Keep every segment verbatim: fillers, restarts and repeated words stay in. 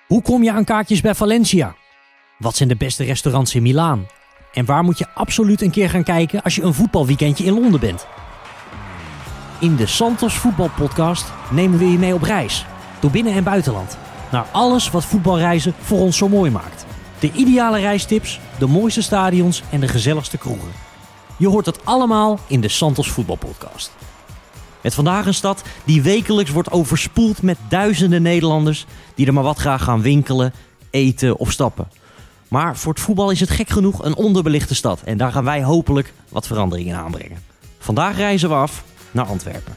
Hoe kom je aan kaartjes bij Valencia? Wat zijn de beste restaurants in Milaan? En waar moet je absoluut een keer gaan kijken als je een voetbalweekendje in Londen bent? In de Santos Voetbalpodcast nemen we je mee op reis. Door binnen- en buitenland. Naar alles wat voetbalreizen voor ons zo mooi maakt. De ideale reistips, de mooiste stadions en de gezelligste kroegen. Je hoort het allemaal in de Santos Voetbalpodcast. Met vandaag een stad die wekelijks wordt overspoeld met duizenden Nederlanders die er maar wat graag gaan winkelen, eten of stappen. Maar voor het voetbal is het gek genoeg een onderbelichte stad en daar gaan wij hopelijk wat veranderingen in aanbrengen. Vandaag reizen we af naar Antwerpen.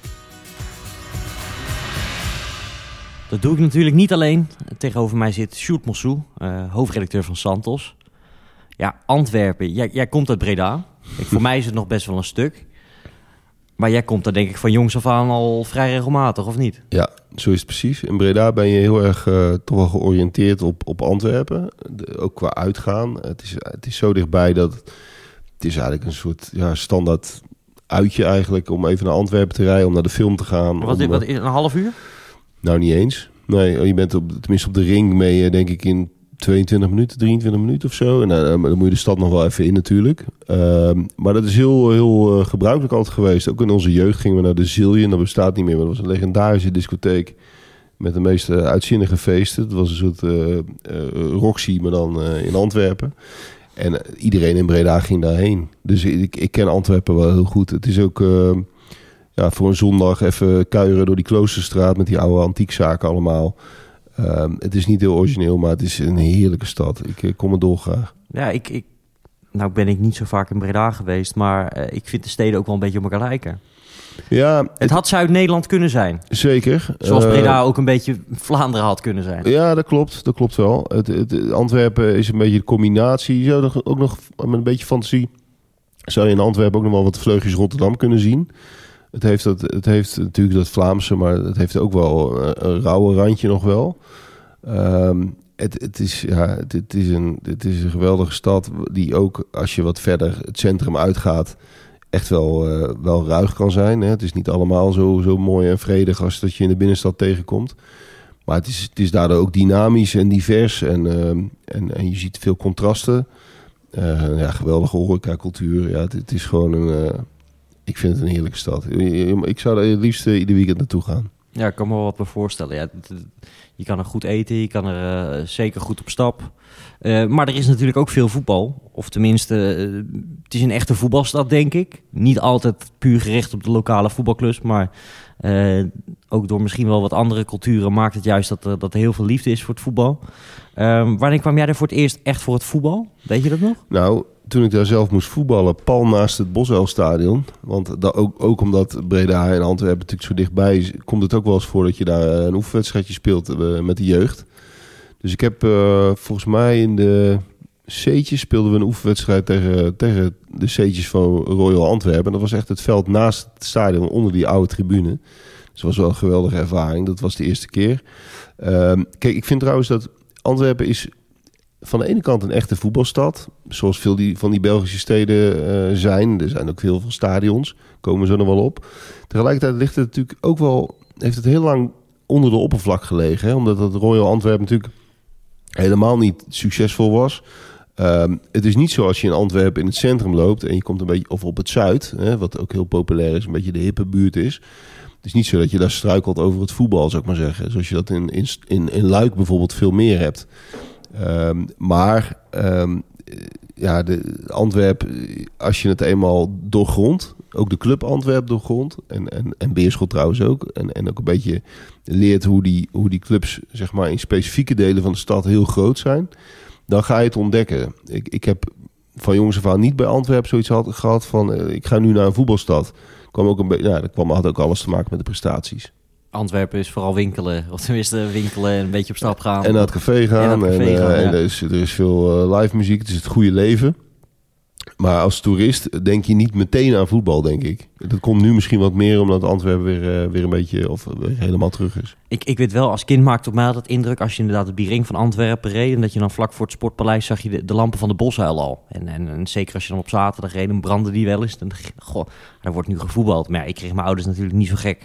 Dat doe ik natuurlijk niet alleen. Tegenover mij zit Sjoerd Mossou, uh, hoofdredacteur van Santos. Ja, Antwerpen. Jij, jij komt uit Breda. Ik, voor mij is het nog best wel een stuk. Maar jij komt daar denk ik van jongs af aan al vrij regelmatig, of niet? Ja, zo is het precies. In Breda ben je heel erg uh, toch wel georiënteerd op, op Antwerpen. De, ook qua uitgaan. Het is, het is zo dichtbij dat het is eigenlijk een soort ja, standaard uitje eigenlijk om even naar Antwerpen te rijden, om naar de film te gaan. Wat, om, wat is een half uur? Nou, niet eens. Nee, je bent op, tenminste op de ring mee, denk ik, in tweeëntwintig minuten, drieëntwintig minuten of zo. En dan, dan moet je de stad nog wel even in natuurlijk. Uh, maar dat is heel, heel uh, gebruikelijk altijd geweest. Ook in onze jeugd gingen we naar de Zillion. Dat bestaat niet meer, maar dat was een legendarische discotheek met de meest uh, uitzinnige feesten. Het was een soort uh, uh, Roxy, maar dan uh, in Antwerpen. En uh, iedereen in Breda ging daarheen. Dus ik, ik ken Antwerpen wel heel goed. Het is ook uh, ja, voor een zondag even kuieren door die Kloosterstraat met die oude antiekzaken allemaal. Um, het is niet heel origineel, maar het is een heerlijke stad. Ik, ik kom er dolgraag. Ja, ik, ik, nou ben ik niet zo vaak in Breda geweest, maar uh, ik vind de steden ook wel een beetje op elkaar lijken. Ja, het, het had Zuid-Nederland kunnen zijn. Zeker. Zoals Breda uh, ook een beetje Vlaanderen had kunnen zijn. Ja, dat klopt. Dat klopt wel. Het, het, Antwerpen is een beetje de combinatie. Je zou ook nog met een beetje fantasie zou je in Antwerpen ook nog wel wat vleugjes Rotterdam kunnen zien. Het heeft, dat, het heeft natuurlijk dat Vlaamse, maar het heeft ook wel een, een rauwe randje nog wel. Um, het, het, is, ja, het, het, is een, het is een geweldige stad die ook, als je wat verder het centrum uitgaat, echt wel, uh, wel ruig kan zijn. Hè? Het is niet allemaal zo, zo mooi en vredig als dat je in de binnenstad tegenkomt. Maar het is, het is daardoor ook dynamisch en divers en, uh, en, en je ziet veel contrasten. Uh, ja, geweldige horecacultuur. Ja, het, het is gewoon een... Uh, Ik vind het een heerlijke stad. Ik zou er het liefst ieder weekend naartoe gaan. Ja, ik kan me wel wat bij voorstellen. Ja, je kan er goed eten, je kan er uh, zeker goed op stap. Uh, maar er is natuurlijk ook veel voetbal. Of tenminste, uh, het is een echte voetbalstad, denk ik. Niet altijd puur gericht op de lokale voetbalclubs. Maar uh, ook door misschien wel wat andere culturen maakt het juist dat er, dat er heel veel liefde is voor het voetbal. Uh, wanneer kwam jij er voor het eerst echt voor het voetbal? Weet je dat nog? Nou, toen ik daar zelf moest voetballen, pal naast het Bosuilstadion. Want dat ook, ook omdat Breda en Antwerpen natuurlijk zo dichtbij is, komt het ook wel eens voor dat je daar een oefenwedstrijdje speelt uh, met de jeugd. Dus ik heb uh, volgens mij in de C'tjes speelden we een oefenwedstrijd tegen, tegen de C'tjes van Royal Antwerpen. En dat was echt het veld naast het stadion, onder die oude tribune. Dus dat was wel een geweldige ervaring. Dat was de eerste keer. Uh, kijk, ik vind trouwens dat Antwerpen is van de ene kant een echte voetbalstad, zoals veel die, van die Belgische steden uh, zijn. Er zijn ook heel veel stadions, komen zo nog wel op. Tegelijkertijd ligt het natuurlijk ook wel, heeft het heel lang onder de oppervlak gelegen. Hè? Omdat het Royal Antwerpen natuurlijk helemaal niet succesvol was. Um, het is niet zo als je in Antwerpen in het centrum loopt en je komt een beetje, of op het zuid, hè, wat ook heel populair is, een beetje de hippe buurt is. Het is niet zo dat je daar struikelt over het voetbal, zou ik maar zeggen. Zoals je dat in, in, in, in Luik bijvoorbeeld veel meer hebt. Um, maar um, ja, de Antwerp, als je het eenmaal doorgrondt, ook de club Antwerp doorgrondt, en, en, en Beerschot trouwens ook, en, en ook een beetje leert hoe die, hoe die clubs zeg maar in specifieke delen van de stad heel groot zijn, dan ga je het ontdekken. Ik, ik heb van jongs af aan niet bij Antwerp zoiets had, gehad van uh, ik ga nu naar een voetbalstad. Kwam ook een beetje, nou, dat kwam, had ook alles te maken met de prestaties. Antwerpen is vooral winkelen. Of tenminste winkelen en een beetje op stap gaan. En naar het café gaan. En, café en, gaan, uh, ja. en er, is, er is veel uh, live muziek. Het is het goede leven. Maar als toerist denk je niet meteen aan voetbal, denk ik. Dat komt nu misschien wat meer omdat Antwerpen weer, uh, weer een beetje of weer helemaal terug is. Ik, ik weet wel, als kind maakte op mij altijd indruk als je inderdaad de Biering van Antwerpen reed en dat je dan vlak voor het Sportpaleis zag je de, de lampen van de Bosuil al. En, en, en zeker als je dan op zaterdag reed, dan brandde die wel eens. Dan, goh, daar wordt nu gevoetbald. Maar ja, ik kreeg mijn ouders natuurlijk niet zo gek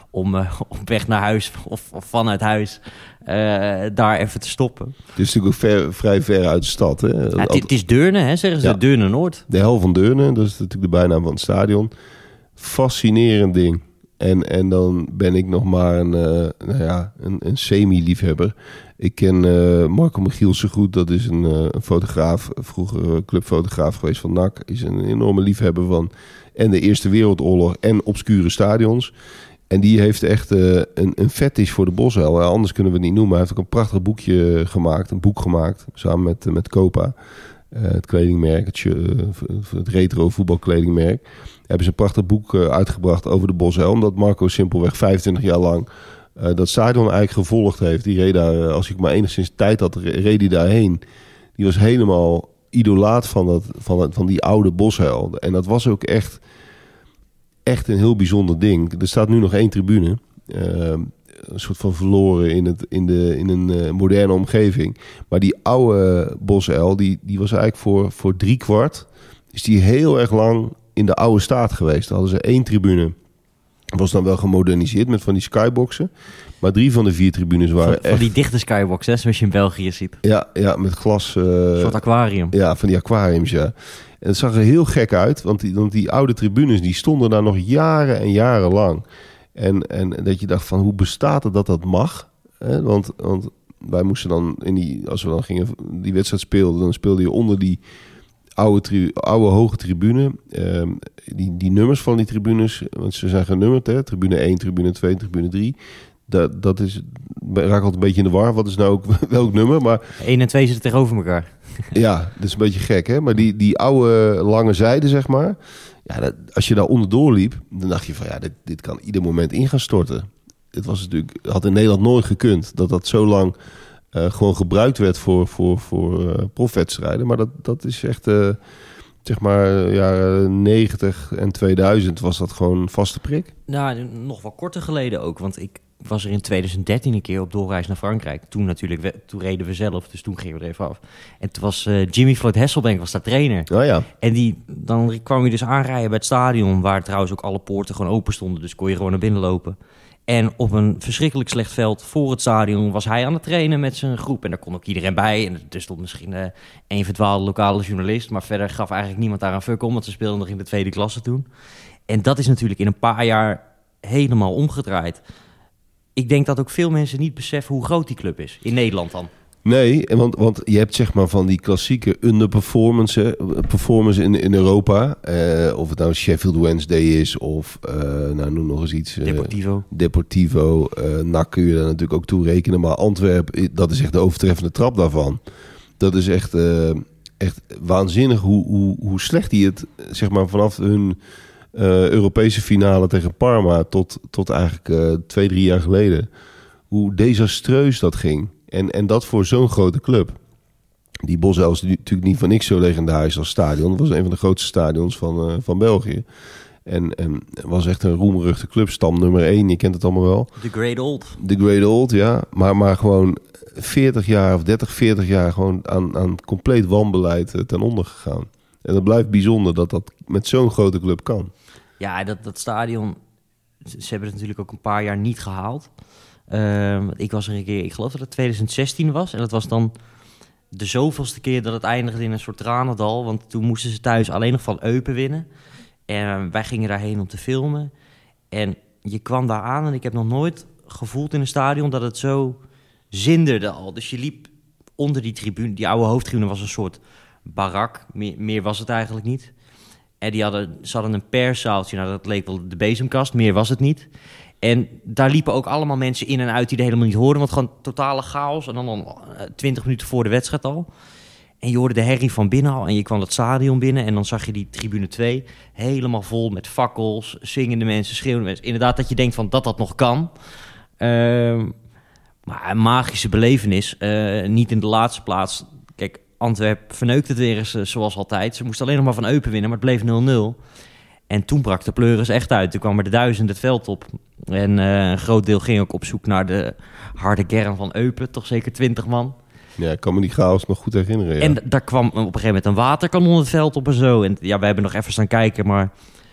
om uh, op weg naar huis of, of vanuit huis uh, daar even te stoppen. Het is natuurlijk ook ver, vrij ver uit de stad. Hè? Ja, het, het is Deurne, hè, zeggen ze. Ja. Deurne-Noord. De hel van Deurne, dat is natuurlijk de bijnaam van het stadion. Fascinerend ding. En, en dan ben ik nog maar een, uh, nou ja, een, een semi-liefhebber. Ik ken uh, Marco Michielsen goed. Dat is een, uh, een fotograaf, vroeger clubfotograaf geweest van N A C. Is een enorme liefhebber van en de Eerste Wereldoorlog en obscure stadions. En die heeft echt uh, een, een fetish voor de Bosuil. Ja, anders kunnen we het niet noemen. Hij heeft ook een prachtig boekje gemaakt. Een boek gemaakt, samen met, uh, met Copa. Uh, het kledingmerk, het, uh, het retro voetbalkledingmerk. Hebben ze een prachtig boek uh, uitgebracht over de Bosuil. Omdat Marco simpelweg vijfentwintig jaar lang uh, dat stadion eigenlijk gevolgd heeft. Die reed daar, uh, als ik maar enigszins tijd had, reed hij daarheen. Die was helemaal idolaat van, dat, van, het, van die oude Bosuil. En dat was ook echt, echt een heel bijzonder ding. Er staat nu nog één tribune. Uh, een soort van verloren in, het, in, de, in een uh, moderne omgeving. Maar die oude Bosuil, die, die was eigenlijk voor, voor drie kwart... is die heel erg lang in de oude staat geweest. Dan hadden ze één tribune. Was dan wel gemoderniseerd met van die skyboxen. Maar drie van de vier tribunes waren van, echt... Van die dichte skyboxen, zoals je in België ziet. Ja, ja met glas... Uh... Een soort aquarium. Ja, van die aquariums, ja. En het zag er heel gek uit, want die, want die oude tribunes... die stonden daar nog jaren en jaren lang. En, en dat je dacht van, hoe bestaat het dat dat mag? Hè? Want, want wij moesten dan, in die, als we dan gingen die wedstrijd speelden... dan speelde je onder die oude, tri, oude hoge tribune... Um, die, die nummers van die tribunes, want ze zijn genummerd, hè? Tribune één, tribune twee, tribune drie... Dat, dat is, raak altijd een beetje in de war. Wat is nou ook welk nummer? Maar één en twee zitten tegenover elkaar. Ja, dat is een beetje gek, hè? Maar die, die oude lange zijde, zeg maar... Ja, dat, als je daar onderdoor liep, dan dacht je van... ja, dit, dit kan ieder moment in gaan storten. Dit was natuurlijk, had in Nederland nooit gekund... dat dat zo lang uh, gewoon gebruikt werd voor, voor, voor uh, profwedstrijden. Maar dat, dat is echt... Uh, zeg maar jaren negentig en tweeduizend was dat gewoon vaste prik. Nou, nog wel korter geleden ook. Want ik was er in twintig dertien een keer op doorreis naar Frankrijk. Toen natuurlijk, we, toen reden we zelf, dus toen gingen we er even af. En toen was uh, Jimmy Floyd Hasselbank was daar trainer. Oh ja. En die, dan kwam je dus aanrijden bij het stadion... waar trouwens ook alle poorten gewoon open stonden. Dus kon je gewoon naar binnen lopen. En op een verschrikkelijk slecht veld voor het stadion was hij aan het trainen met zijn groep. En daar kon ook iedereen bij. En er stond misschien uh, een verdwaalde lokale journalist. Maar verder gaf eigenlijk niemand daar een fuck om. Want ze speelden nog in de tweede klasse toen. En dat is natuurlijk in een paar jaar helemaal omgedraaid. Ik denk dat ook veel mensen niet beseffen hoe groot die club is. In Nederland dan. Nee, want, want je hebt zeg maar van die klassieke underperformance performance in, in Europa. Uh, of het nou Sheffield Wednesday is of uh, nou, noem nog eens iets. Uh, Deportivo. Deportivo. Uh, N A C kun je daar natuurlijk ook toe rekenen. Maar Antwerpen, dat is echt de overtreffende trap daarvan. Dat is echt, uh, echt waanzinnig hoe, hoe, hoe slecht die het zeg maar vanaf hun uh, Europese finale tegen Parma tot, tot eigenlijk uh, twee, drie jaar geleden. Hoe desastreus dat ging. En, en dat voor zo'n grote club. Die Bosuil is natuurlijk niet van niks zo legendarisch als stadion. Het was een van de grootste stadions van, uh, van België. En, en was echt een roemruchte club. Stam nummer één, je kent het allemaal wel. The Great Old. The Great Old, ja. Maar, maar gewoon veertig jaar of dertig, veertig jaar... gewoon aan, aan compleet wanbeleid uh, ten onder gegaan. En dat blijft bijzonder dat dat met zo'n grote club kan. Ja, dat, dat stadion... Ze hebben het natuurlijk ook een paar jaar niet gehaald... Uh, ik was er een keer, ik geloof dat het twintig zestien was. En dat was dan de zoveelste keer dat het eindigde in een soort tranendal. Want toen moesten ze thuis alleen nog van Eupen winnen. En wij gingen daarheen om te filmen. En je kwam daar aan en ik heb nog nooit gevoeld in een stadion dat het zo zinderde al. Dus je liep onder die tribune. Die oude hoofdtribune was een soort barak. Meer, meer was het eigenlijk niet. En die hadden, ze hadden een perszaaltje. Nou, dat leek wel de bezemkast. Meer was het niet. En daar liepen ook allemaal mensen in en uit die er helemaal niet hoorden. Want gewoon totale chaos. En dan dan twintig minuten voor de wedstrijd al. En je hoorde de herrie van binnen al. En je kwam het stadion binnen. En dan zag je die tribune twee helemaal vol met fakkels. Zingende mensen, schreeuwende mensen. Inderdaad dat je denkt van dat dat nog kan. Uh, maar een magische belevenis. Uh, niet in de laatste plaats. Kijk, Antwerpen verneukt het weer eens uh, zoals altijd. Ze moesten alleen nog maar van Eupen winnen. Maar het bleef nul nul. En toen brak de pleuris echt uit. Toen kwamen er duizenden het veld op. En uh, een groot deel ging ook op zoek naar de harde kern van Eupen. Toch zeker twintig man. Ja, ik kan me die chaos nog goed herinneren. Ja. En d- daar kwam op een gegeven moment een waterkanon het veld op en zo. En ja, wij hebben nog even staan kijken. Maar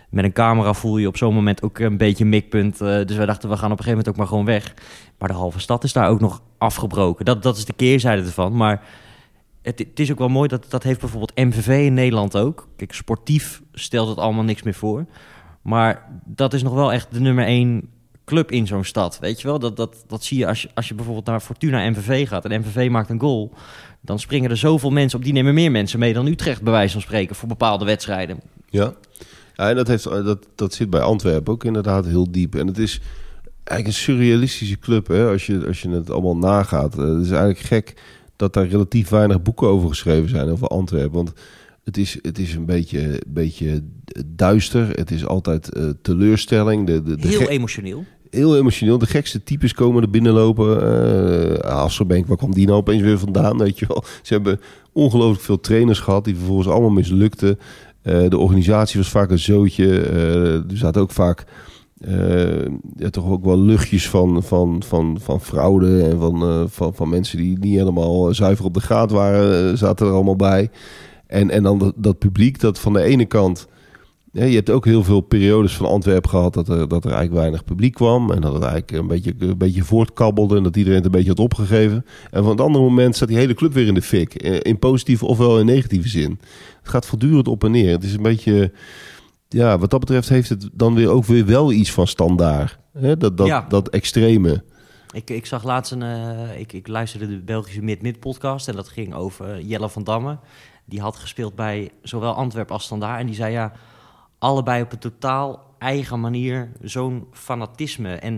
met een camera voel je op zo'n moment ook een beetje een mikpunt. Uh, dus wij dachten, we gaan op een gegeven moment ook maar gewoon weg. Maar de halve stad is daar ook nog afgebroken. Dat, dat is de keerzijde ervan. Maar het, het is ook wel mooi, dat, dat heeft bijvoorbeeld M V V in Nederland ook. Kijk, sportief stelt het allemaal niks meer voor. Maar dat is nog wel echt de nummer één club in zo'n stad. Weet je wel, dat, dat, dat zie je als, je als je bijvoorbeeld naar Fortuna M V V gaat en M V V maakt een goal. Dan springen er zoveel mensen op, die nemen meer mensen mee dan Utrecht, bij wijze van spreken, voor bepaalde wedstrijden. Ja, ja en dat, heeft, dat, dat zit bij Antwerpen ook inderdaad heel diep. En het is eigenlijk een surrealistische club, hè, als je, als je het allemaal nagaat. Het is eigenlijk gek dat daar relatief weinig boeken over geschreven zijn over Antwerpen. Want het is, het is een beetje, beetje duister. Het is altijd uh, teleurstelling. De, de, de heel ge- emotioneel. Heel emotioneel. De gekste types komen er binnenlopen. Uh, Hasselbank, waar kwam die nou opeens weer vandaan? Weet je wel. Ze hebben ongelooflijk veel trainers gehad die vervolgens allemaal mislukten. Uh, de organisatie was vaak een zootje. Uh, er zaten ook vaak uh, ja, toch ook wel luchtjes van, van, van, van fraude en van, uh, van, van mensen die niet helemaal zuiver op de graad waren, uh, zaten er allemaal bij. En, en dan dat, dat publiek dat van de ene kant... Ja, je hebt ook heel veel periodes van Antwerpen gehad dat er, dat er eigenlijk weinig publiek kwam. En dat het eigenlijk een beetje, een beetje voortkabbelde en dat iedereen het een beetje had opgegeven. En van het andere moment staat die hele club weer in de fik. In positieve ofwel in negatieve zin. Het gaat voortdurend op en neer. Het is een beetje... Ja, wat dat betreft heeft het dan weer ook weer wel iets van standaard. Hè? Dat, dat, Ja. dat extreme. Ik, ik zag laatst een... Uh, ik, ik luisterde de Belgische Mid-Mid podcast en dat ging over Jelle van Damme. Die had gespeeld bij zowel Antwerpen als Standaard. En die zei ja... allebei op een totaal eigen manier zo'n fanatisme. En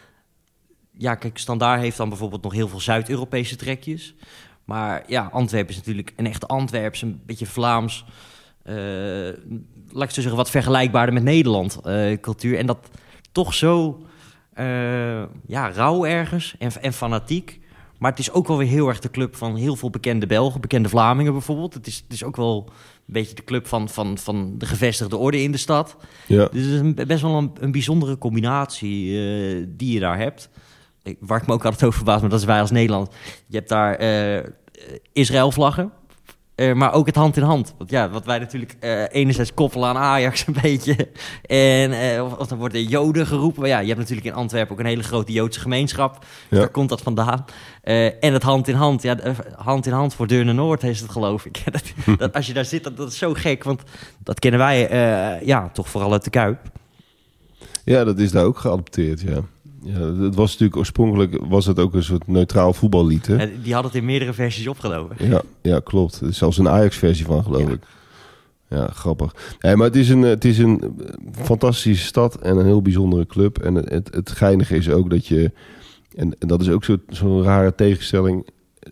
ja, kijk, Standaard heeft dan bijvoorbeeld nog heel veel Zuid-Europese trekjes. Maar ja, Antwerpen is natuurlijk een echte Antwerps, een beetje Vlaams. Uh, laat ik zo zeggen, wat vergelijkbaarder met Nederland uh, cultuur. En dat toch zo uh, ja, rauw ergens en, en fanatiek. Maar het is ook wel weer heel erg de club van heel veel bekende Belgen, bekende Vlamingen bijvoorbeeld. Het is, het is ook wel een beetje de club van, van, van de gevestigde orde in de stad. Ja. Dus het is een, best wel een, een bijzondere combinatie uh, die je daar hebt. Ik, waar ik me ook altijd over verbaas, maar dat is wij als Nederland. Je hebt daar uh, Israël-vlaggen, uh, maar ook het hand in hand. Want ja, wat wij natuurlijk uh, enerzijds koppelen aan Ajax een beetje. En uh, of, of dan worden Joden geroepen. Maar ja, je hebt natuurlijk in Antwerpen ook een hele grote Joodse gemeenschap. Ja. Daar komt dat vandaan. Uh, en het hand in hand. Ja, hand in hand voor Deurne Noord is het, geloof ik. dat, dat, als je daar zit, dat, dat is zo gek. Want dat kennen wij uh, ja, toch vooral uit de Kuip. Ja, dat is daar ook geadopteerd, ja. Ja, het was natuurlijk oorspronkelijk was het ook een soort neutraal voetballied, hè? Ja, die had het in meerdere versies opgenomen. Ja, ja, klopt. Er is zelfs een Ajax-versie van, geloof ja. ik. Ja, grappig. Nee, maar het is, een, het is een fantastische stad en een heel bijzondere club. En het, het, het geinige is ook dat je... En, en dat is ook zo, zo'n rare tegenstelling.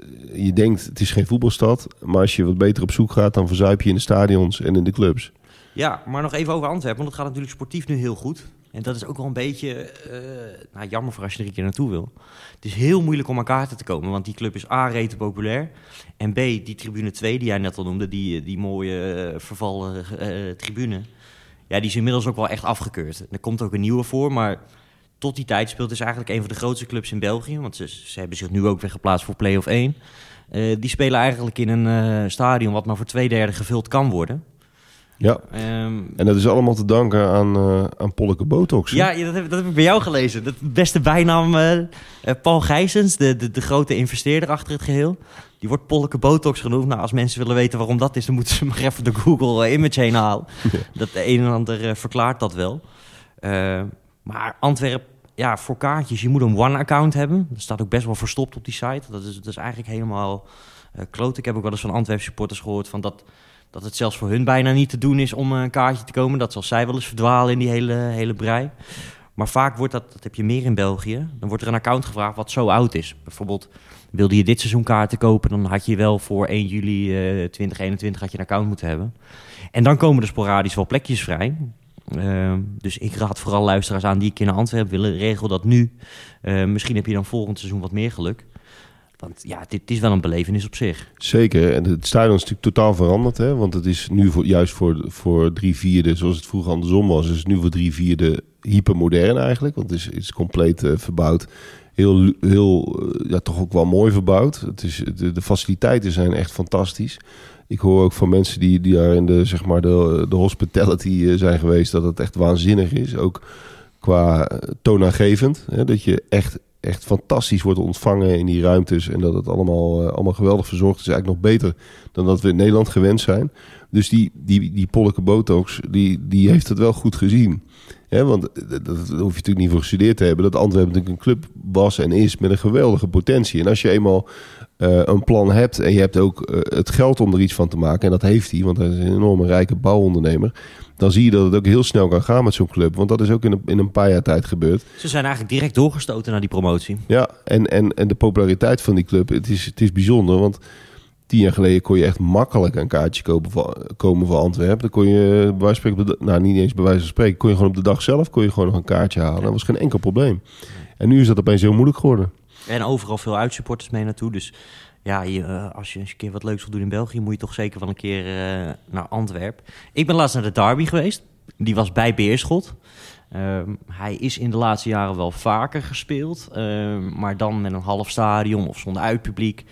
Je denkt, het is geen voetbalstad. Maar als je wat beter op zoek gaat, dan verzuip je in de stadions en in de clubs. Ja, maar nog even over Antwerpen. Want het gaat natuurlijk sportief nu heel goed. En dat is ook wel een beetje uh, nou, jammer voor als je er een keer naartoe wil. Het is heel moeilijk om aan kaarten te komen. Want die club is A, rete populair. En B, die tribune twee die jij net al noemde. Die, die mooie uh, vervallen uh, tribune. Ja, die is inmiddels ook wel echt afgekeurd. Er komt ook een nieuwe voor, maar... Tot die tijd speelt dus eigenlijk een van de grootste clubs in België. Want ze, ze hebben zich nu ook weer geplaatst voor play-off één. Uh, die spelen eigenlijk in een uh, stadion wat maar voor twee derde gevuld kan worden. Ja, um, en dat is allemaal te danken aan, uh, aan Polleke Botox. Ja, ja dat, heb, dat heb ik bij jou gelezen. De beste bijnaam, uh, uh, Paul Gijsens, de, de, de grote investeerder achter het geheel. Die wordt Polleke Botox genoemd. Nou, als mensen willen weten waarom dat is, dan moeten ze maar even de Google uh, image heen halen. Ja. Dat de een en ander uh, verklaart dat wel. Uh, maar Antwerpen, ja, voor kaartjes, je moet een One-account hebben. Dat staat ook best wel verstopt op die site. Dat is, dat is eigenlijk helemaal uh, kloot. Ik heb ook wel eens van Antwerp supporters gehoord van dat, dat het zelfs voor hun bijna niet te doen is om een kaartje te komen. Dat zal zij wel eens verdwalen in die hele, hele brei. Maar vaak wordt dat, dat heb je meer in België, dan wordt er een account gevraagd wat zo oud is. Bijvoorbeeld, wilde je dit seizoen kaarten kopen, dan had je wel voor één juli uh, twintig eenentwintig had je een account moeten hebben. En dan komen er sporadisch wel plekjes vrij. Uh, dus ik raad vooral luisteraars aan die een keer naar Antwerpen willen. Regel dat nu. Uh, misschien heb je dan volgend seizoen wat meer geluk. Want ja, dit is wel een belevenis op zich. Zeker. En het stadion is natuurlijk totaal veranderd. Hè? Want het is nu voor, juist voor, voor drie vierde, zoals het vroeger andersom was, is het nu voor drie vierde hypermodern eigenlijk. Want het is, het is compleet uh, verbouwd. heel, heel ja, toch ook wel mooi verbouwd. Het is, de, de faciliteiten zijn echt fantastisch. Ik hoor ook van mensen die, die daar in de, zeg maar de, de hospitality zijn geweest, dat het echt waanzinnig is. Ook qua toonaangevend. Hè, dat je echt, echt fantastisch wordt ontvangen in die ruimtes. En dat het allemaal, uh, allemaal geweldig verzorgd is. Eigenlijk nog beter dan dat we in Nederland gewend zijn. Dus die, die, die Polleke Botox, die, die heeft het wel goed gezien. Hè, want dat, dat hoef je natuurlijk niet voor gestudeerd te hebben. Dat Antwerpen natuurlijk een club was en is met een geweldige potentie. En als je eenmaal uh, een plan hebt en je hebt ook uh, het geld om er iets van te maken. En dat heeft hij, want hij is een enorme rijke bouwondernemer. Dan zie je dat het ook heel snel kan gaan met zo'n club. Want dat is ook in een, in een paar jaar tijd gebeurd. Ze zijn eigenlijk direct doorgestoten naar die promotie. Ja, en, en, en de populariteit van die club, het is, het is bijzonder. Want tien jaar geleden kon je echt makkelijk een kaartje kopen voor, komen voor Antwerpen. Dan kon je, bij wijze van spreken, de, nou niet eens bij wijze van spreken, kon je gewoon op de dag zelf kon je gewoon nog een kaartje halen. Dat was geen enkel probleem. En nu is dat opeens heel moeilijk geworden. En overal veel uitsupporters mee naartoe. Dus ja, je, als je eens een keer wat leuks wil doen in België, moet je toch zeker wel een keer uh, naar Antwerpen. Ik ben laatst naar de derby geweest. Die was bij Beerschot. Um, hij is in de laatste jaren wel vaker gespeeld. Um, maar dan met een half stadion of zonder uitpubliek.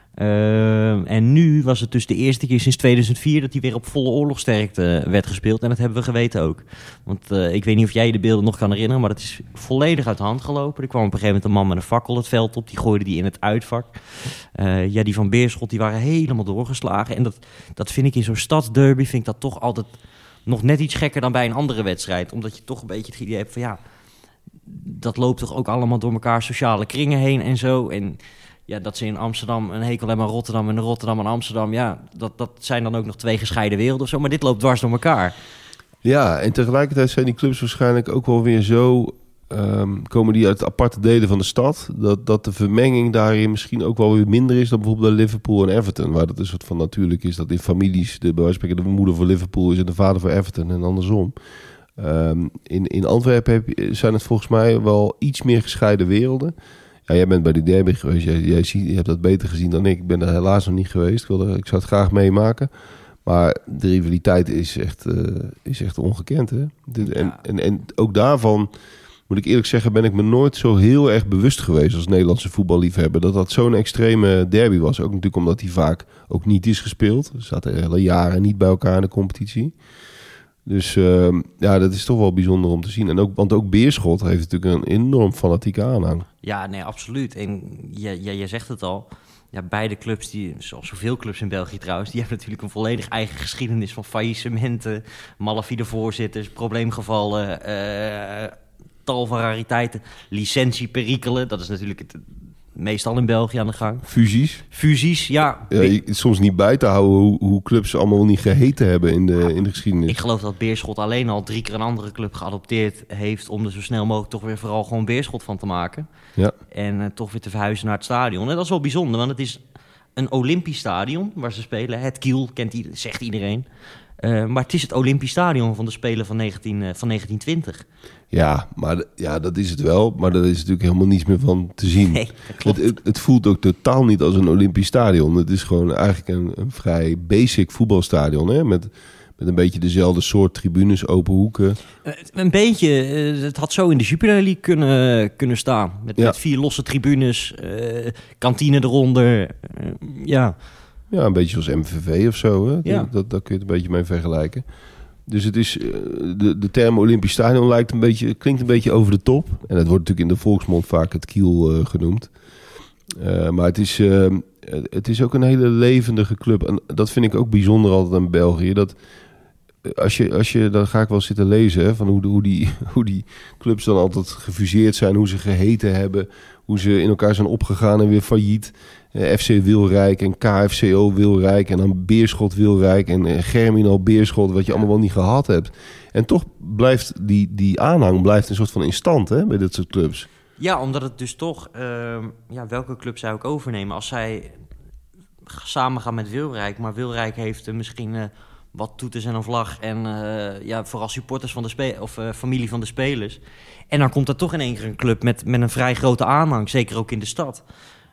Uh, en nu was het dus de eerste keer sinds tweeduizend vier dat hij weer op volle oorlogsterkte werd gespeeld. En dat hebben we geweten ook. Want uh, ik weet niet of jij de beelden nog kan herinneren, maar het is volledig uit de hand gelopen. Er kwam op een gegeven moment een man met een fakkel het veld op. Die gooide die in het uitvak. Uh, ja, die van Beerschot, die waren helemaal doorgeslagen. En dat, dat vind ik in zo'n stadsderby, vind ik dat toch altijd nog net iets gekker dan bij een andere wedstrijd. Omdat je toch een beetje het idee hebt van ja, dat loopt toch ook allemaal door elkaar sociale kringen heen en zo. En ja, dat ze in Amsterdam een hekel hebben aan Rotterdam en Rotterdam en Amsterdam. Ja, dat, dat zijn dan ook nog twee gescheiden werelden of zo. Maar dit loopt dwars door elkaar. Ja, en tegelijkertijd zijn die clubs waarschijnlijk ook wel weer zo Um, komen die uit aparte delen van de stad. Dat, dat de vermenging daarin misschien ook wel weer minder is dan bijvoorbeeld bij Liverpool en Everton. Waar dat een soort van natuurlijk is dat in families de, bij wijze van spreken, de moeder voor Liverpool is en de vader voor Everton en andersom. Um, in, in Antwerpen heb je, zijn het volgens mij wel iets meer gescheiden werelden. Ja, jij bent bij die derby geweest. Jij, jij, ziet, je hebt dat beter gezien dan ik. Ik ben er helaas nog niet geweest. Ik, wilde, ik zou het graag meemaken. Maar de rivaliteit is echt, uh, is echt ongekend. Hè? De, en, ja. en, en ook daarvan, moet ik eerlijk zeggen, ben ik me nooit zo heel erg bewust geweest als Nederlandse voetballiefhebber. Dat dat zo'n extreme derby was. Ook natuurlijk omdat die vaak ook niet is gespeeld. Er zaten hele jaren niet bij elkaar in de competitie. Dus uh, ja, dat is toch wel bijzonder om te zien. En ook, want ook Beerschot heeft natuurlijk een enorm fanatieke aanhang. Ja, nee, absoluut. En jij, jij, jij zegt het al. Ja, beide clubs, die, zoals zoveel clubs in België trouwens, die hebben natuurlijk een volledig eigen geschiedenis van faillissementen, malafide voorzitters, probleemgevallen, uh, tal van rariteiten, licentieperikelen. Dat is natuurlijk het, meestal in België aan de gang. Fusies. Fusies, ja. ja je, soms niet bij te houden hoe, hoe clubs allemaal niet geheten hebben in de, ja, in de geschiedenis. Ik geloof dat Beerschot alleen al drie keer een andere club geadopteerd heeft om er zo snel mogelijk toch weer vooral gewoon Beerschot van te maken. Ja. En uh, toch weer te verhuizen naar het stadion. En dat is wel bijzonder, want het is een Olympisch stadion waar ze spelen. Het Kiel kent iedereen, zegt iedereen. Uh, maar het is het Olympisch Stadion van de Spelen van, negentien, uh, van negentien twintig. Ja, maar ja, dat is het wel. Maar daar is natuurlijk helemaal niets meer van te zien. Nee, dat klopt. Het, het, het voelt ook totaal niet als een Olympisch stadion. Het is gewoon eigenlijk een, een vrij basic voetbalstadion. Hè? Met, met een beetje dezelfde soort tribunes, open hoeken. Uh, een beetje. Uh, het had zo in de Jupiler League kunnen, kunnen staan. Met, ja. met vier losse tribunes, uh, kantine eronder. Uh, ja. Ja, een beetje als M V V of zo. Hè? Ja. Dat, dat, daar kun je het een beetje mee vergelijken. Dus het is, de, de term Olympisch Stadion lijkt een beetje, klinkt een beetje over de top. En het wordt natuurlijk in de volksmond vaak het Kiel uh, genoemd. Uh, maar het is, uh, het is ook een hele levendige club. En dat vind ik ook bijzonder altijd aan België. Dat als je, als je, dan ga ik wel zitten lezen hè, van hoe, hoe, die, hoe die clubs dan altijd gefuseerd zijn. Hoe ze geheten hebben. Hoe ze in elkaar zijn opgegaan en weer failliet. Uh, F C Wilrijk en K F C O Wilrijk en dan Beerschot Wilrijk en uh, Germinal Beerschot, wat je allemaal wel niet gehad hebt. En toch blijft die, die aanhang blijft een soort van in stand hè, bij dit soort clubs. Ja, omdat het dus toch, uh, ja, welke club zou ik overnemen als zij samen gaan met Wilrijk, maar Wilrijk heeft uh, misschien uh, wat toeters en een vlag en uh, ja, vooral supporters van de spe- of uh, familie van de spelers. En dan komt er toch in één keer een club met, met een vrij grote aanhang, zeker ook in de stad.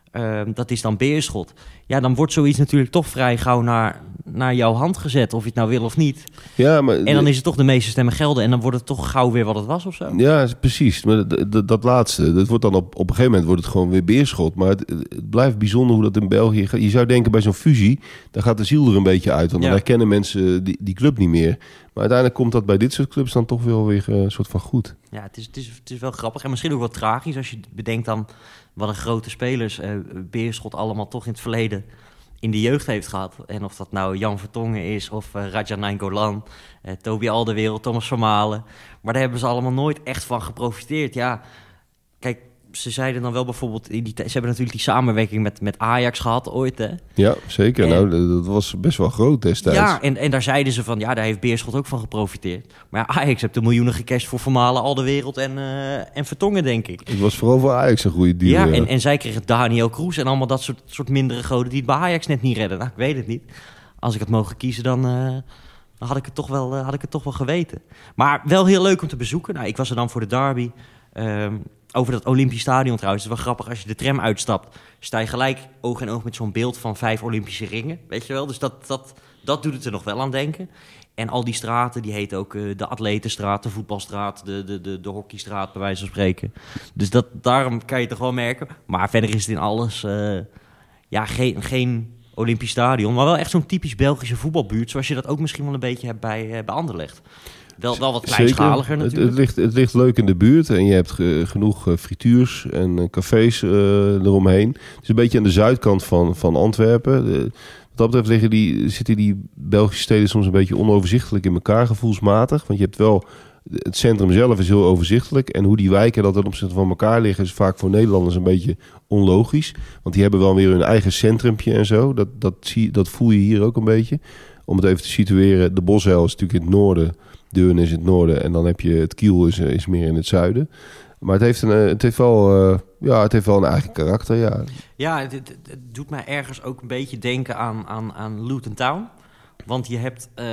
Uh, dat is dan Beerschot. Ja, dan wordt zoiets natuurlijk toch vrij gauw naar, naar jouw hand gezet, of je het nou wil of niet. Ja, maar en dan is het toch de meeste stemmen gelden en dan wordt het toch gauw weer wat het was of zo. Ja, precies. Maar dat, dat, dat laatste, dat wordt dan op, op een gegeven moment wordt het gewoon weer Beerschot. Maar het, het blijft bijzonder hoe dat in België gaat. Je zou denken bij zo'n fusie, dan gaat de ziel er een beetje uit. Want dan ja. herkennen mensen die, die club niet meer. Maar uiteindelijk komt dat bij dit soort clubs dan toch wel weer een soort van goed. Ja, het is, het is, het is wel grappig en misschien ook wel tragisch als je bedenkt dan wat een grote spelers uh, Beerschot allemaal toch in het verleden in de jeugd heeft gehad. En of dat nou Jan Vertongen is of uh, Raja Nainggolan, uh, Toby Alderweireld, Thomas Vermalen. Maar daar hebben ze allemaal nooit echt van geprofiteerd. Ja, kijk, ze zeiden dan wel bijvoorbeeld, in die t- ze hebben natuurlijk die samenwerking met, met Ajax gehad ooit, hè? Ja, zeker. En, nou, dat was best wel groot destijds. Ja, en, en daar zeiden ze van, ja, daar heeft Beerschot ook van geprofiteerd. Maar ja, Ajax heeft de miljoenen gecashed voor Vermalen, Alderweireld en, uh, en Vertongen, denk ik. Het was vooral voor Ajax een goede deal. Ja, ja. En, en zij kregen Daniel Kroes en allemaal dat soort, soort mindere goden die het bij Ajax net niet redden. Nou, ik weet het niet. Als ik het mogen kiezen, dan... Uh, Dan had ik, het toch wel, uh, had ik het toch wel geweten. Maar wel heel leuk om te bezoeken. Nou, ik was er dan voor de derby. Um, over dat Olympisch Stadion trouwens. Het is wel grappig, als je de tram uitstapt, sta je gelijk oog in oog met zo'n beeld van vijf Olympische ringen. Weet je wel? Dus dat, dat, dat doet het er nog wel aan denken. En al die straten, die heten ook uh, de Atletenstraat, de Voetbalstraat, de, de, de, de Hockeystraat, bij wijze van spreken. Dus dat, daarom kan je het toch wel merken. Maar verder is het in alles... Uh, ja, geen... geen Olympisch Stadion, maar wel echt zo'n typisch Belgische voetbalbuurt, zoals je dat ook misschien wel een beetje hebt bij, uh, bij Anderlecht. Wel, wel wat kleinschaliger Zeker. natuurlijk. Het, het, ligt, het ligt leuk in de buurt en je hebt ge, genoeg uh, frituurs en uh, cafés uh, eromheen. Het is een beetje aan de zuidkant van, van Antwerpen. De, wat dat betreft liggen die, zitten die Belgische steden soms een beetje onoverzichtelijk in elkaar, gevoelsmatig. Want je hebt wel... Het centrum zelf is heel overzichtelijk. En hoe die wijken dat ten opzichte van elkaar liggen... is vaak voor Nederlanders een beetje onlogisch. Want die hebben wel weer hun eigen centrumpje en zo. Dat, dat, zie, dat voel je hier ook een beetje. Om het even te situeren. De Bosuil is natuurlijk in het noorden. Deurne is in het noorden. En dan heb je het Kiel is, is meer in het zuiden. Maar het heeft, een, het heeft, wel, uh, ja, het heeft wel een eigen karakter, ja. Ja, het, het, het doet mij ergens ook een beetje denken aan, aan, aan Luton Town. Want je hebt... Uh,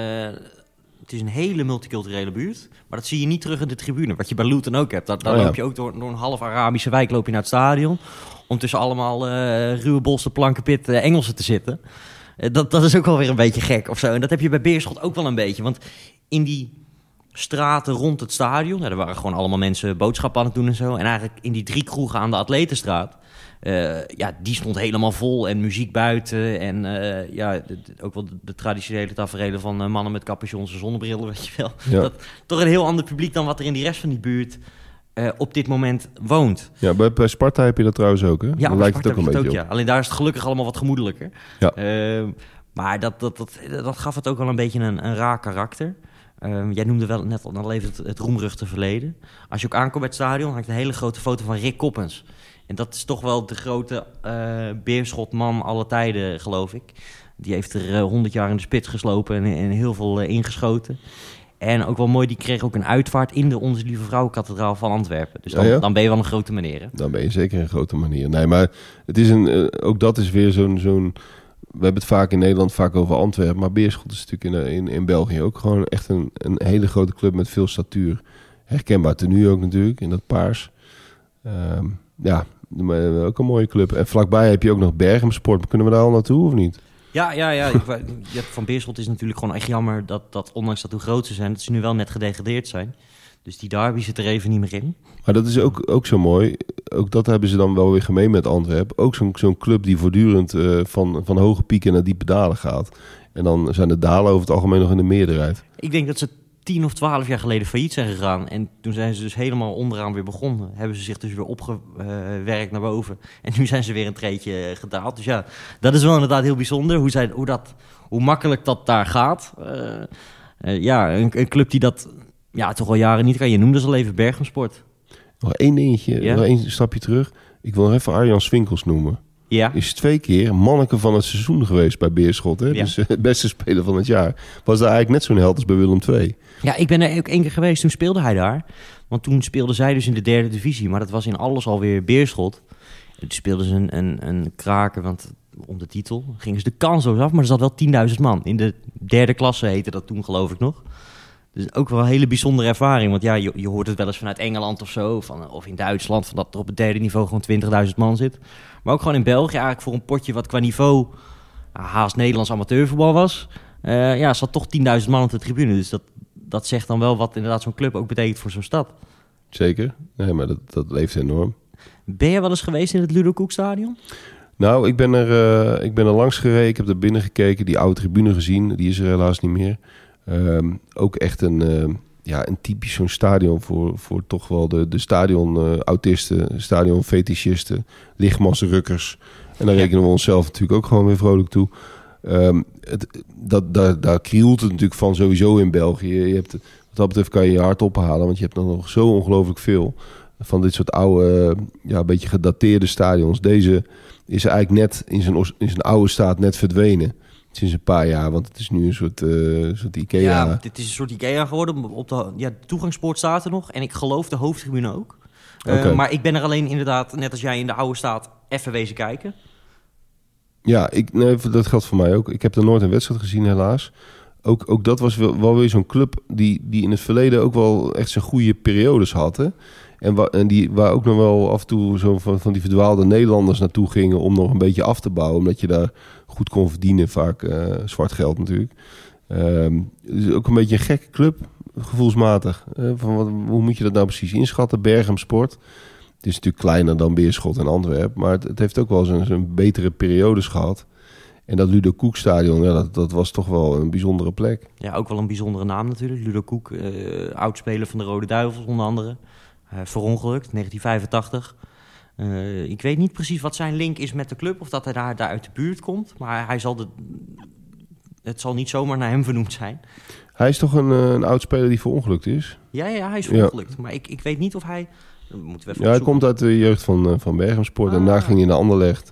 Het is een hele multiculturele buurt, maar dat zie je niet terug in de tribune. Wat je bij Luton ook hebt. Daar, daar oh, ja. loop je ook door, door een half Arabische wijk loop je naar het stadion. Om tussen allemaal uh, ruwe bolsten, plankenpit, uh, Engelsen te zitten. Uh, dat, dat is ook wel weer een beetje gek of zo. En dat heb je bij Beerschot ook wel een beetje. Want in die straten rond het stadion... Nou, er waren gewoon allemaal mensen boodschappen aan het doen en zo. En eigenlijk in die drie kroegen aan de Atletenstraat... Uh, ja, die stond helemaal vol en muziek buiten. En uh, ja, de, de, ook wel de, de traditionele taferelen van uh, mannen met capuchons en zonnebrillen, weet je wel. Ja. Dat, toch een heel ander publiek dan wat er in die rest van die buurt uh, op dit moment woont. Ja, bij, bij Sparta heb je dat trouwens ook, hè? Ja, dan lijkt het ook een beetje ook, ja. Alleen daar is het gelukkig allemaal wat gemoedelijker. Ja. Uh, maar dat, dat, dat, dat gaf het ook wel een beetje een, een raar karakter. Uh, jij noemde wel net al, dan leeft het, het roemruchte verleden. Als je ook aankomt bij het stadion, hangt een hele grote foto van Rick Coppens. En dat is toch wel de grote uh, Beerschotman alle tijden, geloof ik. Die heeft er honderd uh, jaar in de spits geslopen en, en heel veel uh, ingeschoten. En ook wel mooi, die kreeg ook een uitvaart in de Onze Lieve Vrouwenkathedraal van Antwerpen. Dus dan, oh ja? dan ben je wel een grote meneer. Hè? Dan ben je zeker een grote meneer. Nee, maar het is een, uh, ook dat is weer zo'n... zo'n we hebben het vaak in Nederland vaak over Antwerpen. Maar Beerschot is natuurlijk in, in, in België ook gewoon echt een, een hele grote club met veel statuur. Herkenbaar tenue ook natuurlijk, in dat paars. Um, ja, ook een mooie club. En vlakbij heb je ook nog Berchem-Sport. Kunnen we daar al naartoe of niet? Ja, ja, ja. Van Beerschot is natuurlijk gewoon echt jammer dat, dat ondanks dat hoe groot ze zijn, dat ze nu wel net gedegradeerd zijn. Dus die derby zit er even niet meer in. Maar dat is ook, ook zo mooi. Ook dat hebben ze dan wel weer gemeen met Antwerpen. Ook zo'n, zo'n club die voortdurend uh, van, van hoge pieken naar diepe dalen gaat. En dan zijn de dalen over het algemeen nog in de meerderheid. Ik denk dat ze tien of twaalf jaar geleden failliet zijn gegaan. En toen zijn ze dus helemaal onderaan weer begonnen. Hebben ze zich dus weer opgewerkt naar boven. En nu zijn ze weer een treedje gedaald. Dus ja, dat is wel inderdaad heel bijzonder. Hoe, zij, hoe, dat, hoe makkelijk dat daar gaat. Uh, uh, ja, een, een club die dat ja, toch al jaren niet kan. Je noemde ze al even Berchem-Sport. Nog één dingetje, ja? nog één stapje terug. Ik wil nog even Arjan Swinkels noemen. Ja. Is twee keer manneke van het seizoen geweest bij Beerschot. Hè? Ja. Dus uh, beste speler van het jaar. Was daar eigenlijk net zo'n held als bij Willem twee. Ja, ik ben er ook één keer geweest. Toen speelde hij daar. Want toen speelden zij dus in de derde divisie. Maar dat was in alles alweer Beerschot. En toen speelden ze een, een, een kraker, want om de titel gingen ze de kansloos af. Maar er zat wel tienduizend man. In de derde klasse heette dat toen, geloof ik nog. Dus ook wel een hele bijzondere ervaring. Want ja, je, je hoort het wel eens vanuit Engeland of zo. Van, of in Duitsland, van dat er op het derde niveau gewoon twintigduizend man zit. Maar ook gewoon in België eigenlijk voor een potje wat qua niveau nou, haast Nederlands amateurvoetbal was. Uh, ja, zat toch tienduizend man op de tribune. Dus dat, dat zegt dan wel wat inderdaad zo'n club ook betekent voor zo'n stad. Zeker. Nee, maar dat, dat leeft enorm. Ben je wel eens geweest in het Ludo Koekstadion? Nou, ik ben, er, uh, ik ben er langs gereden. Ik heb er binnen gekeken. Die oude tribune gezien. Die is er helaas niet meer. Um, ook echt een, uh, ja, een typisch zo'n stadion voor, voor toch wel de, de stadion-autisten, uh, stadion-fetischisten, lichtmasrukkers. En daar ja. rekenen we onszelf natuurlijk ook gewoon weer vrolijk toe. Um, het, dat, daar, daar krielt het natuurlijk van sowieso in België. Je hebt, wat dat betreft kan je je hart ophalen, want je hebt nog zo ongelooflijk veel van dit soort oude, ja, een beetje gedateerde stadions. Deze is eigenlijk net in zijn, in zijn oude staat net verdwenen. Sinds een paar jaar, want het is nu een soort, uh, soort Ikea. Ja, het is een soort Ikea geworden. Op de, ja, de toegangspoort staat er nog. En ik geloof de hoofdtribune ook. Uh, okay. Maar ik ben er alleen inderdaad, net als jij in de oude staat, even wezen kijken. Ja, ik, nee, dat geldt voor mij ook. Ik heb er nooit een wedstrijd gezien, helaas. Ook, ook dat was wel, wel weer zo'n club die, die in het verleden ook wel echt zijn goede periodes had. Hè? En, wa, en die, waar ook nog wel af en toe zo van, van die verdwaalde Nederlanders naartoe gingen om nog een beetje af te bouwen. Omdat je daar goed kon verdienen, vaak uh, zwart geld natuurlijk. Um, dus ook een beetje een gekke club, gevoelsmatig. Uh, van wat, hoe moet je dat nou precies inschatten? Berchem Sport. Het is natuurlijk kleiner dan Beerschot en Antwerpen. Maar het, het heeft ook wel zijn, zijn betere periodes gehad. En dat Ludo Koekstadion, ja, dat, dat was toch wel een bijzondere plek. Ja, ook wel een bijzondere naam natuurlijk. Ludo Koek, uh, oudspeler van de Rode Duivels onder andere. Uh, verongelukt, negentien vijfentachtig. Uh, ik weet niet precies wat zijn link is met de club, of dat hij daar, daar uit de buurt komt. Maar hij zal de, het zal niet zomaar naar hem vernoemd zijn. Hij is toch een, een oudspeler die verongelukt is? Ja, ja, hij is verongelukt. Ja. Maar ik, ik weet niet of hij... Moeten we even ja, hij komt uit de jeugd van, van Berchem Sport ah. en daar ging hij naar Anderlecht.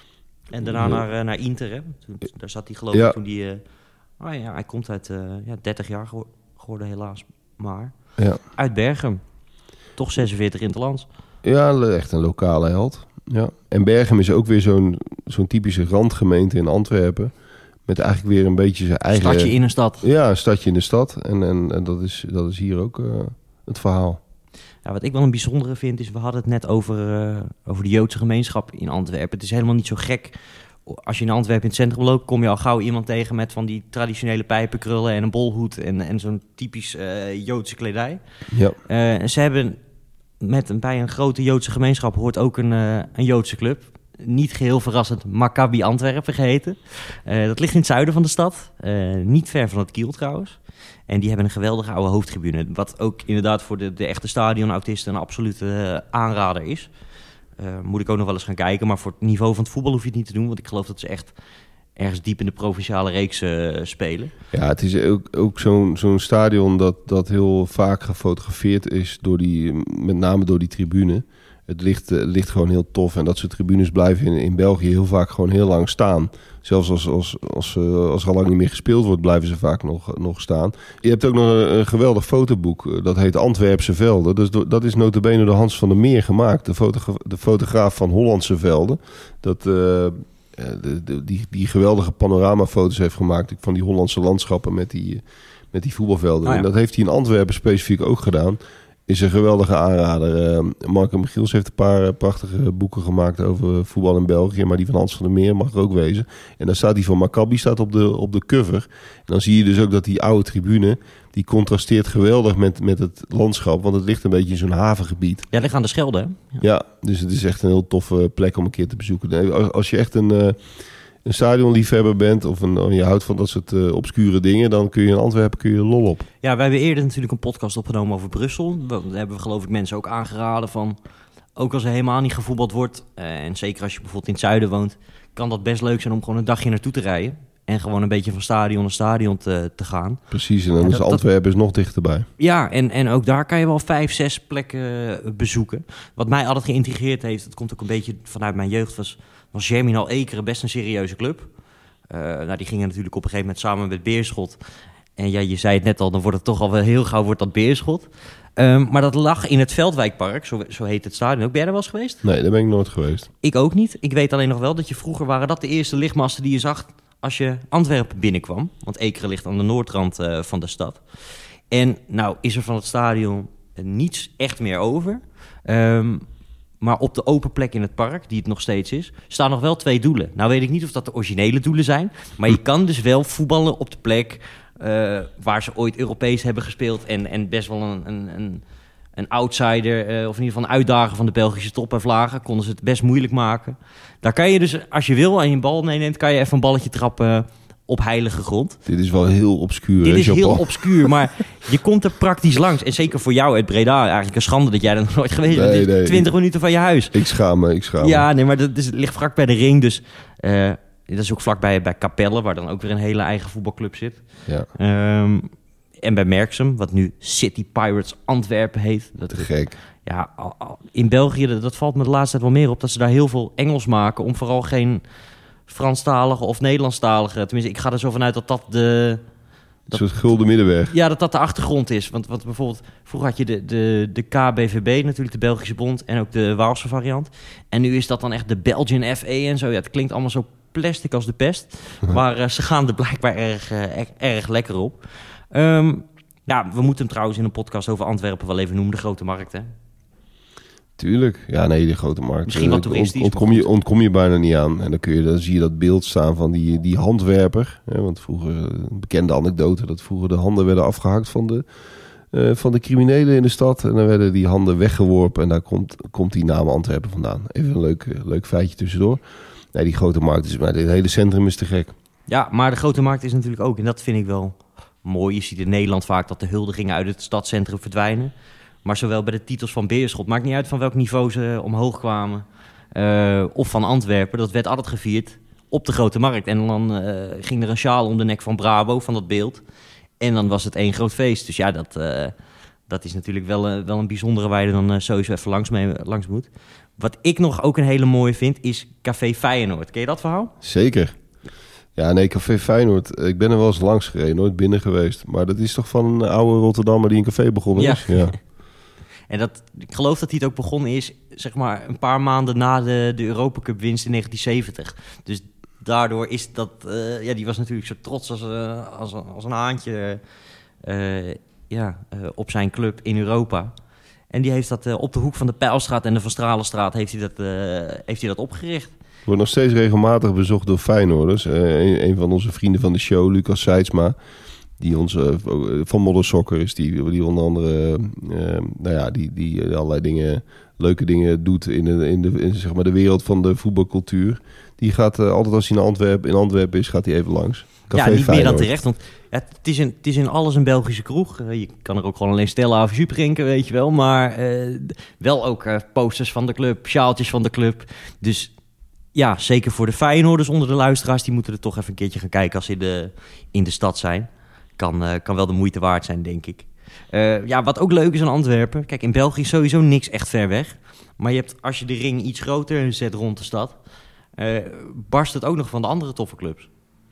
En daarna ja. naar, naar Inter, hè? Toen, daar zat hij geloof ik ja. toen die... Uh, oh ja, hij komt uit uh, ja, dertig jaar gewo- geworden helaas, maar ja. uit Berchem. Toch zesenveertig interlands. Ja, echt een lokale held. Ja. En Berchem is ook weer zo'n, zo'n typische randgemeente in Antwerpen. Met eigenlijk weer een beetje zijn eigen... Stadje in een stad. Ja, een stadje in de stad. En, en, en dat, is, dat is hier ook uh, het verhaal. Ja, wat ik wel een bijzondere vind is, we hadden het net over, uh, over de Joodse gemeenschap in Antwerpen. Het is helemaal niet zo gek. Als je in Antwerpen in het centrum loopt, kom je al gauw iemand tegen met van die traditionele pijpenkrullen en een bolhoed en, en zo'n typisch uh, Joodse kledij. Ja. Uh, ze hebben met een, bij een grote Joodse gemeenschap hoort ook een, uh, een Joodse club. Niet geheel verrassend, Maccabi Antwerpen geheten. Uh, dat ligt in het zuiden van de stad. Uh, niet ver van het Kiel trouwens. En die hebben een geweldige oude hoofdtribune. Wat ook inderdaad voor de, de echte stadionautisten een absolute uh, aanrader is. Uh, moet ik ook nog wel eens gaan kijken. Maar voor het niveau van het voetbal hoef je het niet te doen. Want ik geloof dat ze echt ergens diep in de provinciale reeks uh, spelen. Ja, het is ook, ook zo'n, zo'n stadion dat, dat heel vaak gefotografeerd is. Door die, met name door die tribune. Het ligt, uh, ligt gewoon heel tof. En dat soort tribunes blijven in, in België heel vaak gewoon heel lang staan. Zelfs als, als, als, uh, als er al lang niet meer gespeeld wordt, blijven ze vaak nog, nog staan. Je hebt ook nog een, een geweldig fotoboek. Dat heet Antwerpse Velden. Dus do, dat is nota bene door Hans van der Meer gemaakt. De, fotogra- de fotograaf van Hollandse Velden. Dat... Uh, de, de, die, die geweldige panoramafoto's heeft gemaakt van die Hollandse landschappen met die, met die voetbalvelden. Oh ja. En dat heeft hij in Antwerpen specifiek ook gedaan. Is een geweldige aanrader. Uh, Marco Michiels heeft een paar uh, prachtige boeken gemaakt over voetbal in België. Maar die van Hans van der Meer mag er ook wezen. En dan staat die van Maccabi staat op de, op de cover. En dan zie je dus ook dat die oude tribune... die contrasteert geweldig met, met het landschap. Want het ligt een beetje in zo'n havengebied. Ja, ligt aan de Schelde, hè? Ja. ja, dus het is echt een heel toffe plek om een keer te bezoeken. Als je echt een... Uh, een stadionliefhebber bent of een, je houdt van dat soort uh, obscure dingen, dan kun je in Antwerpen kun je lol op. Ja, wij hebben eerder natuurlijk een podcast opgenomen over Brussel. Daar hebben we geloof ik mensen ook aangeraden van, ook als er helemaal niet gevoetbald wordt, uh, en zeker als je bijvoorbeeld in het zuiden woont, kan dat best leuk zijn om gewoon een dagje naartoe te rijden. En gewoon een beetje van stadion naar stadion te, te gaan. Precies, en dan ja, is dat, Antwerpen dat, is nog dichterbij. Ja, en, en ook daar kan je wel vijf, zes plekken bezoeken. Wat mij altijd geïntrigeerd heeft, dat komt ook een beetje vanuit mijn jeugd, was... was Germinal Ekeren best een serieuze club. Uh, nou, die gingen natuurlijk op een gegeven moment samen met Beerschot. En ja, je zei het net al, dan wordt het toch al wel heel gauw wordt dat Beerschot. Um, maar dat lag in het Veldwijkpark, zo, zo heet het stadion ook. Ben jij er wel eens geweest? Nee, daar ben ik nooit geweest. Ik ook niet. Ik weet alleen nog wel dat je vroeger waren dat de eerste lichtmasten die je zag als je Antwerpen binnenkwam. Want Ekeren ligt aan de noordrand uh, van de stad. En nou is er van het stadion niets echt meer over. Um, maar op de open plek in het park, die het nog steeds is, staan nog wel twee doelen. Nou weet ik niet of dat de originele doelen zijn. Maar je kan dus wel voetballen op de plek uh, waar ze ooit Europees hebben gespeeld. En, en best wel een, een, een, een outsider, uh, of in ieder geval een uitdager van de Belgische top en vlagen. Konden ze het best moeilijk maken. Daar kan je dus, als je wil en je een bal meeneemt, kan je even een balletje trappen op heilige grond. Dit is wel heel obscuur. Dit hè, is Japan? heel obscuur, maar je komt er praktisch langs. En zeker voor jou uit Breda, eigenlijk een schande dat jij er nog nooit geweest bent. Nee, Het is nee. twintig minuten van je huis. Ik schaam me, ik schaam me. Ja, nee, maar dat is, het ligt vlak bij de ring. Dus uh, dat is ook vlak bij, bij Capelle, waar dan ook weer een hele eigen voetbalclub zit. Ja. Um, en bij Merksem, wat nu City Pirates Antwerpen heet. Dat Te gek. Ja, al, al, in België, dat, dat valt me de laatste tijd wel meer op, dat ze daar heel veel Engels maken, om vooral geen Franstalige of Nederlandstalige. Tenminste, ik ga er zo vanuit dat dat de... Dat, een soort gulden middenweg. Ja, dat dat de achtergrond is. Want, want bijvoorbeeld, vroeger had je de, de, de K B V B, natuurlijk de Belgische Bond, en ook de Waalse variant. En nu is dat dan echt de Belgian F A en zo. Ja, het klinkt allemaal zo plastic als de pest. Maar uh, ze gaan er blijkbaar erg, uh, erg, erg lekker op. Um, ja, we moeten hem trouwens in een podcast over Antwerpen wel even noemen, de grote markt, hè? Tuurlijk. Ja, nee, de grote markt. Misschien wat toeristisch. Ont, ontkom, je, ontkom je bijna niet aan. En dan, kun je, dan zie je dat beeld staan van die, die handwerper. Hè, want vroeger, een bekende anekdote, dat vroeger de handen werden afgehakt van de, uh, van de criminelen in de stad. En dan werden die handen weggeworpen en daar komt, komt die naam Antwerpen vandaan. Even een leuk, leuk feitje tussendoor. Nee, die grote markt is, maar het hele centrum is te gek. Ja, maar de grote markt is natuurlijk ook, en dat vind ik wel mooi. Je ziet in Nederland vaak dat de huldigingen uit het stadscentrum verdwijnen. Maar zowel bij de titels van Beerschot, maakt niet uit van welk niveau ze omhoog kwamen, uh, of van Antwerpen, dat werd altijd gevierd op de grote markt. En dan uh, ging er een sjaal om de nek van Brabo, van dat beeld. En dan was het één groot feest. Dus ja, dat, uh, dat is natuurlijk wel, uh, wel een bijzondere waar je dan uh, sowieso even langs, mee, langs moet. Wat ik nog ook een hele mooie vind, is Café Feyenoord. Ken je dat verhaal? Zeker. Ja, nee, Café Feyenoord. Ik ben er wel eens langs gereden, nooit binnen geweest. Maar dat is toch van een oude Rotterdammer die een café begonnen ja. is? Ja. En dat, ik geloof dat hij het ook begonnen is, zeg maar, een paar maanden na de, de Europa Cup winst in negentien zeventig. Dus daardoor is dat, uh, ja, die was natuurlijk zo trots als, uh, als, als een haantje uh, ja, uh, op zijn club in Europa. En die heeft dat uh, op de hoek van de Pijlstraat en de Van Stralenstraat heeft hij dat, uh, heeft hij dat opgericht. Wordt nog steeds regelmatig bezocht door Feyenoorders. Uh, een, een van onze vrienden van de show, Lucas Seidsma, die ons uh, van Modern Soccer is, die, die onder andere uh, nou ja, die, die allerlei dingen, leuke dingen doet in de, in de, in, zeg maar de wereld van de voetbalcultuur. Die gaat uh, altijd als hij in Antwerpen, in Antwerpen is, gaat hij even langs. Café ja, niet Feyenoord. meer dan terecht, want ja, het, is in, het is in alles een Belgische kroeg. Uh, je kan er ook gewoon alleen Stella of Jus drinken, weet je wel. Maar uh, wel ook uh, posters van de club, sjaaltjes van de club. Dus ja, zeker voor de Feyenoorders onder de luisteraars, die moeten er toch even een keertje gaan kijken als ze in de, in de stad zijn. Kan, uh, kan wel de moeite waard zijn, denk ik. Uh, ja, wat ook leuk is aan Antwerpen. Kijk, in België is sowieso niks echt ver weg. Maar je hebt, als je de ring iets groter zet rond de stad, uh, barst het ook nog van de andere toffe clubs.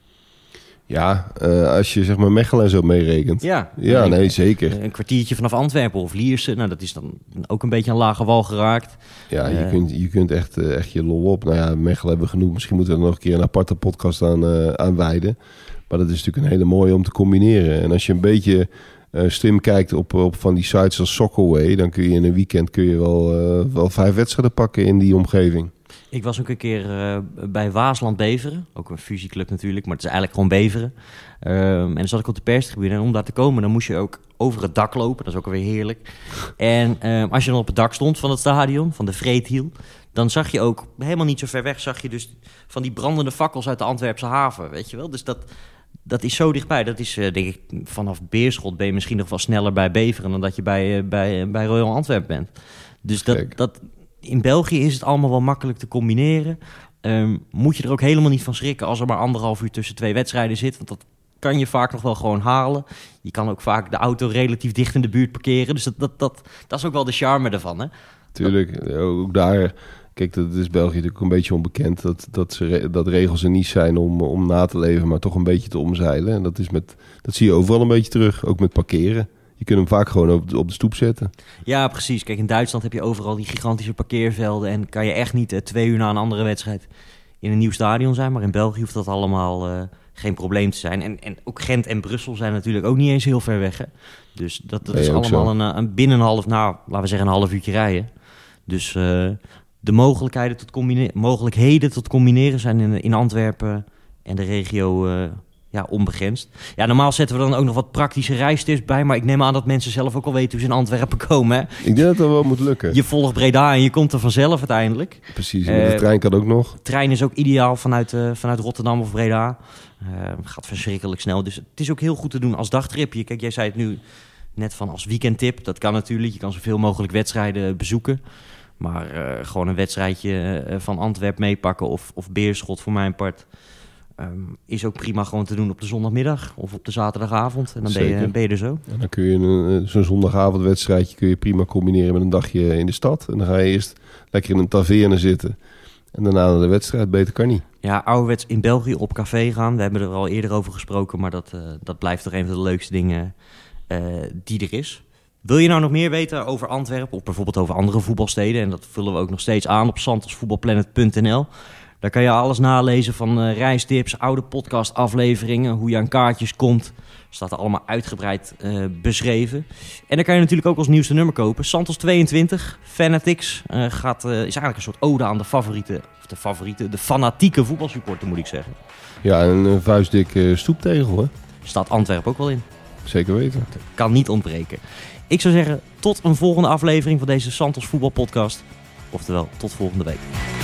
Ja, uh, als je zeg maar Mechelen en zo meerekent. Ja, ja een, nee, zeker. Een kwartiertje vanaf Antwerpen of Lierse. Nou, dat is dan ook een beetje aan lage wal geraakt. Ja, je, uh, kunt, je kunt echt, uh, echt je lol op. Nou ja, Mechelen hebben we genoeg. Misschien moeten we er nog een keer een aparte podcast aan, uh, aan wijden. Maar dat is natuurlijk een hele mooie om te combineren. En als je een beetje uh, slim kijkt op, op van die sites als Soccerway, dan kun je in een weekend kun je wel, uh, wel vijf wedstrijden pakken in die omgeving. Ik was ook een keer uh, bij Waasland Beveren. Ook een fusieclub natuurlijk, maar het is eigenlijk gewoon Beveren. Um, en dan zat ik op de perstribune. En om daar te komen, dan moest je ook over het dak lopen. Dat is ook alweer heerlijk. En um, als je dan op het dak stond van het stadion, van de Vreethiel, dan zag je ook, helemaal niet zo ver weg, zag je dus van die brandende fakkels uit de Antwerpse haven. Weet je wel? Dus dat, dat is zo dichtbij. Dat is, uh, denk ik, vanaf Beerschot ben je misschien nog wel sneller bij Beveren dan dat je bij, uh, bij, uh, bij Royal Antwerp bent. Dus dat... dat in België is het allemaal wel makkelijk te combineren. Um, moet je er ook helemaal niet van schrikken als er maar anderhalf uur tussen twee wedstrijden zit. Want dat kan je vaak nog wel gewoon halen. Je kan ook vaak de auto relatief dicht in de buurt parkeren. Dus dat, dat, dat, dat is ook wel de charme ervan, hè? Tuurlijk, ook daar. Kijk, dat is België natuurlijk een beetje onbekend. Dat, dat, ze, dat regels er niet zijn om, om na te leven, maar toch een beetje te omzeilen. En dat, is met, dat zie je overal een beetje terug, ook met parkeren. Je kunt hem vaak gewoon op de, op de stoep zetten. Ja, precies. Kijk, in Duitsland heb je overal die gigantische parkeervelden en kan je echt niet uh, twee uur na een andere wedstrijd in een nieuw stadion zijn. Maar in België hoeft dat allemaal uh, geen probleem te zijn. En, en ook Gent en Brussel zijn natuurlijk ook niet eens heel ver weg. Hè? Dus dat, dat Nee, is ook allemaal zo. een, een binnen een half, nou, laten we zeggen een half uurtje rijden. Dus uh, de mogelijkheden tot, combine- mogelijkheden tot combineren zijn in, in Antwerpen en de regio uh, ja, onbegrensd. Ja, normaal zetten we dan ook nog wat praktische reistips bij, maar ik neem aan dat mensen zelf ook al weten hoe ze in Antwerpen komen. Hè? Ik denk dat dat wel moet lukken. Je volgt Breda en je komt er vanzelf uiteindelijk. Precies, en de Uh, trein kan ook nog. De trein is ook ideaal vanuit, uh, vanuit Rotterdam of Breda. Uh, gaat verschrikkelijk snel. Dus het is ook heel goed te doen als dagtripje. Kijk, jij zei het nu net van als weekendtip. Dat kan natuurlijk. Je kan zoveel mogelijk wedstrijden bezoeken. Maar uh, gewoon een wedstrijdje uh, van Antwerpen meepakken of, of Beerschot voor mijn part. Um, is ook prima gewoon te doen op de zondagmiddag of op de zaterdagavond. En dan ben je, ben je er zo. En dan kun je een, zo'n zondagavondwedstrijdje kun je prima combineren met een dagje in de stad. En dan ga je eerst lekker in een taverne zitten. En daarna naar de wedstrijd. Beter kan niet. Ja, ouderwets in België op café gaan. We hebben er al eerder over gesproken. Maar dat, uh, dat blijft toch een van de leukste dingen uh, die er is. Wil je nou nog meer weten over Antwerpen of bijvoorbeeld over andere voetbalsteden? En dat vullen we ook nog steeds aan op santos voetbalplanet punt n l. Daar kan je alles nalezen van uh, reistips, oude podcastafleveringen, hoe je aan kaartjes komt. Staat er allemaal uitgebreid uh, beschreven. En dan kan je natuurlijk ook ons nieuwste nummer kopen. Santos tweeëntwintig, Fanatics, uh, gaat, uh, is eigenlijk een soort ode aan de favoriete, of de favoriete, de fanatieke voetbalsupporter moet ik zeggen. Ja, en een vuistdikke stoeptegel, hè? Staat Antwerpen ook wel in. Zeker weten. Kan niet ontbreken. Ik zou zeggen, tot een volgende aflevering van deze Santos voetbalpodcast. Oftewel, tot volgende week.